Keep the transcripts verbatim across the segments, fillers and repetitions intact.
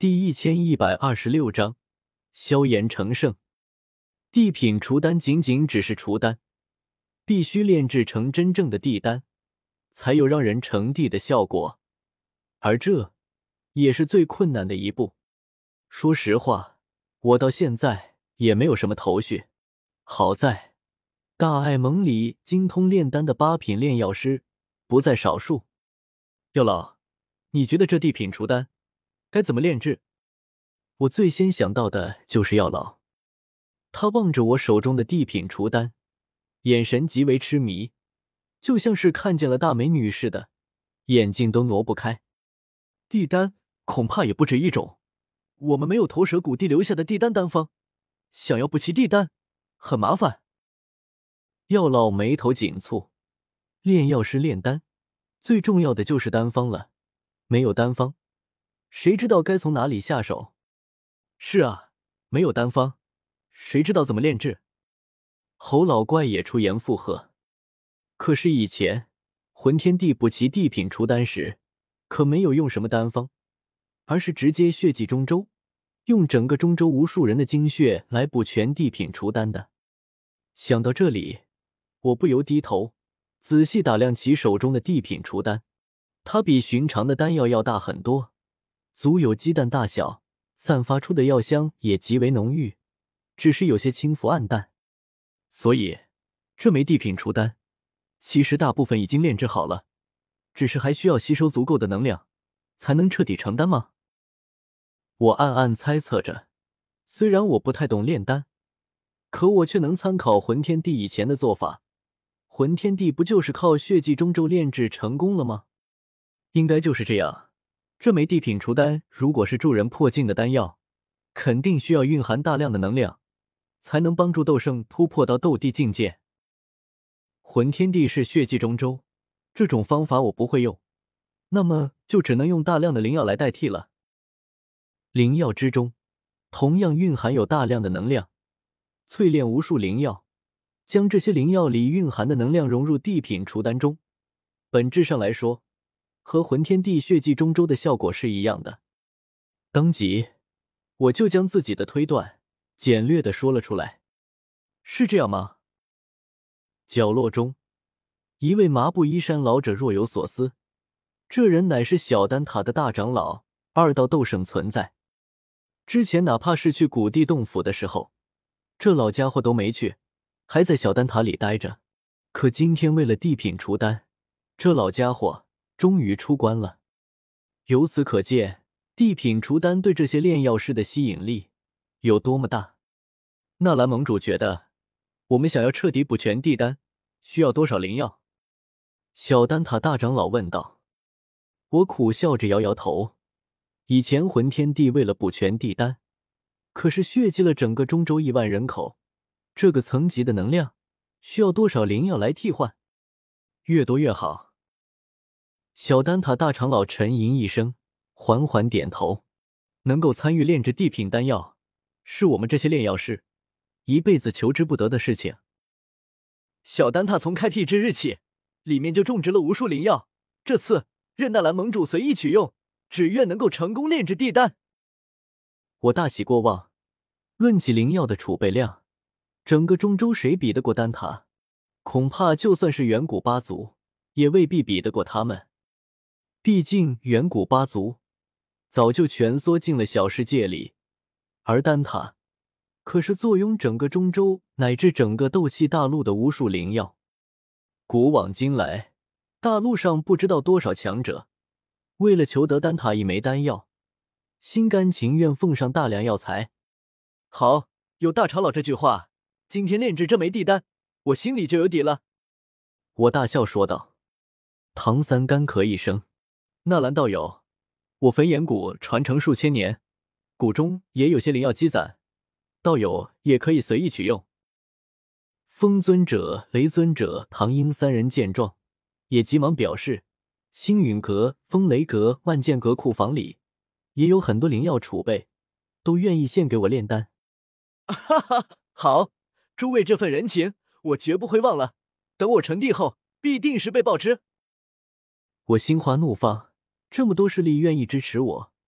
第一千一百二十六章萧炎成圣。地品除丹仅仅只是除丹，必须炼制成真正的地丹，才有让人成帝的效果，而这也是最困难的一步。说实话，我到现在也没有什么头绪。好在大爱盟里精通炼丹的八品炼药师不在少数。药老，你觉得这地品除丹该怎么炼制？我最先想到的就是药老，他望着我手中的地品除丹，眼神极为痴迷，就像是看见了大美女似的，眼睛都挪不开。地丹恐怕也不止一种，我们没有头蛇谷地留下的地丹丹方，想要补齐地丹很麻烦。药老眉头紧蹙，炼药师炼丹最重要的就是丹方了，没有丹方，谁知道该从哪里下手？是啊，没有丹方，谁知道怎么炼制？侯老怪也出言附和。可是以前魂天帝补齐地品除丹时，可没有用什么丹方，而是直接血祭中州，用整个中州无数人的精血来补全地品除丹的。想到这里，我不由低头，仔细打量起手中的地品除丹。它比寻常的丹药要大很多，足有鸡蛋大小，散发出的药香也极为浓郁，只是有些轻浮暗淡。所以这枚地品除丹其实大部分已经炼制好了，只是还需要吸收足够的能量才能彻底成丹吗？我暗暗猜测着，虽然我不太懂炼丹，可我却能参考魂天帝以前的做法。魂天帝不就是靠血祭中州炼制成功了吗？应该就是这样。这枚地品除丹如果是助人破境的丹药，肯定需要蕴含大量的能量，才能帮助斗圣突破到斗帝境界。魂天帝是血祭中州，这种方法我不会用，那么就只能用大量的灵药来代替了。灵药之中同样蕴含有大量的能量，淬炼无数灵药，将这些灵药里蕴含的能量融入地品除丹中，本质上来说和魂天帝血祭中州的效果是一样的。当即我就将自己的推断简略地说了出来。是这样吗？角落中，一位麻布衣衫老者若有所思。这人乃是小丹塔的大长老，二道斗圣存在。之前哪怕是去古地洞府的时候，这老家伙都没去，还在小丹塔里待着。可今天为了地品除丹，这老家伙终于出关了。由此可见，地品除丹对这些炼药师的吸引力有多么大。纳兰盟主觉得，我们想要彻底补全地丹，需要多少灵药？小丹塔大长老问道。我苦笑着摇摇头。以前魂天帝为了补全地丹，可是血祭了整个中州亿万人口，这个层级的能量，需要多少灵药来替换？越多越好。小丹塔大长老沉吟一声，缓缓点头。能够参与炼制地品丹药，是我们这些炼药师一辈子求之不得的事情。小丹塔从开辟之日起，里面就种植了无数灵药，这次任纳兰盟主随意取用，只愿能够成功炼制地丹。我大喜过望。论起灵药的储备量，整个中州谁比得过丹塔？恐怕就算是远古八族，也未必比得过他们。毕竟远古八族早就蜷缩进了小世界里，而丹塔可是坐拥整个中州乃至整个斗气大陆的无数灵药。古往今来，大陆上不知道多少强者为了求得丹塔一枚丹药，心甘情愿奉上大量药材。好，有大长老这句话，今天炼制这枚地丹，我心里就有底了。我大笑说道。唐三干咳一声，纳兰道友，我焚炎谷传承数千年，谷中也有些灵药积攒，道友也可以随意取用。风尊者、雷尊者、唐英三人见状，也急忙表示，星陨阁、风雷阁、万剑阁库房里也有很多灵药储备，都愿意献给我炼丹。哈哈，好，诸位这份人情，我绝不会忘了。等我成帝后，必定是被报之。我心花怒放，这么多势力愿意支持我，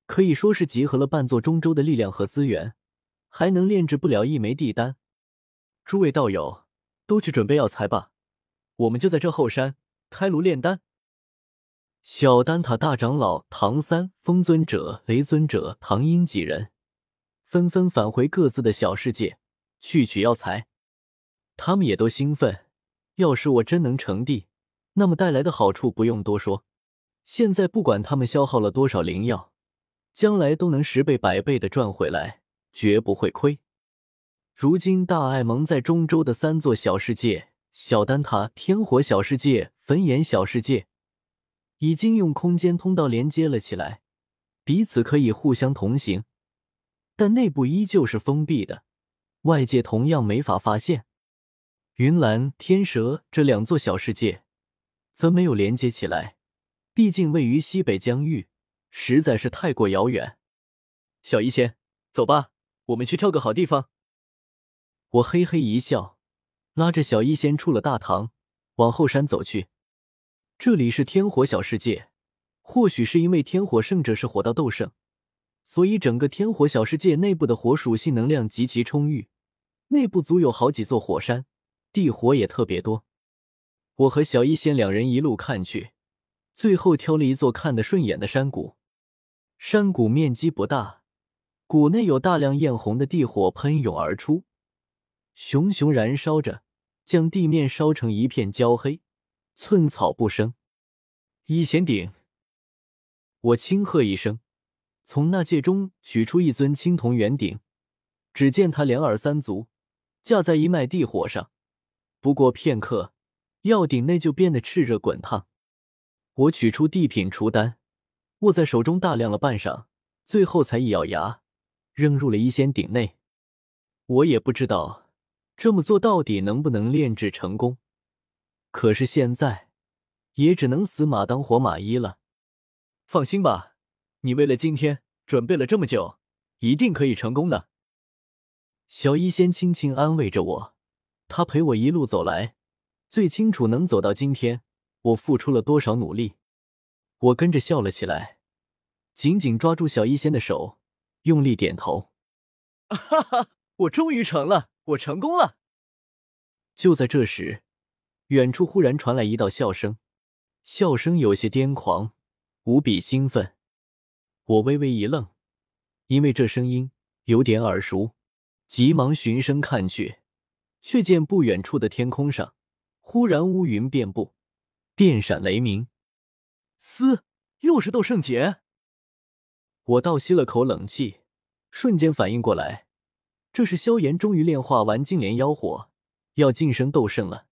可以说是集合了半座中州的力量和资源，还能炼制不了一枚地丹。诸位道友，都去准备药材吧，我们就在这后山开炉炼丹。小丹塔大长老唐三、风尊者、雷尊者、唐英几人纷纷返回各自的小世界去取药材。他们也都兴奋，要是我真能成帝，那么带来的好处不用多说。现在不管他们消耗了多少灵药，将来都能十倍百倍的赚回来，绝不会亏。如今大爱盟在中州的三座小世界小丹塔、天火小世界、焚炎小世界已经用空间通道连接了起来，彼此可以互相同行，但内部依旧是封闭的，外界同样没法发现。云岚、天蛇这两座小世界则没有连接起来，毕竟位于西北疆域，实在是太过遥远。小医仙，走吧，我们去挑个好地方。我嘿嘿一笑，拉着小医仙出了大堂，往后山走去。这里是天火小世界，或许是因为天火圣者是火道斗圣，所以整个天火小世界内部的火属性能量极其充裕，内部足有好几座火山，地火也特别多。我和小医仙两人一路看去，最后挑了一座看得顺眼的山谷。山谷面积不大，谷内有大量艳红的地火喷涌而出，熊熊燃烧着，将地面烧成一片焦黑，寸草不生。一仙鼎！我轻喝一声，从那戒中取出一尊青铜圆鼎，只见它两耳三足，架在一脉地火上。不过片刻，药鼎内就变得炽热滚烫。我取出地品除丹，握在手中大亮了半晌，最后才一咬牙，扔入了一仙鼎内。我也不知道这么做到底能不能炼制成功，可是现在也只能死马当活马医了。放心吧，你为了今天准备了这么久，一定可以成功的。小医仙轻轻安慰着我，他陪我一路走来，最清楚能走到今天，我付出了多少努力。我跟着笑了起来，紧紧抓住小医仙的手，用力点头。哈哈，我终于成了，我成功了。就在这时，远处忽然传来一道笑声，笑声有些癫狂，无比兴奋。我微微一愣，因为这声音有点耳熟，急忙循声看去，却见不远处的天空上忽然乌云遍布，电闪雷鸣。嘶，又是斗圣劫！我倒吸了口冷气，瞬间反应过来，这是萧炎终于炼化完净莲妖火，要晋升斗圣了。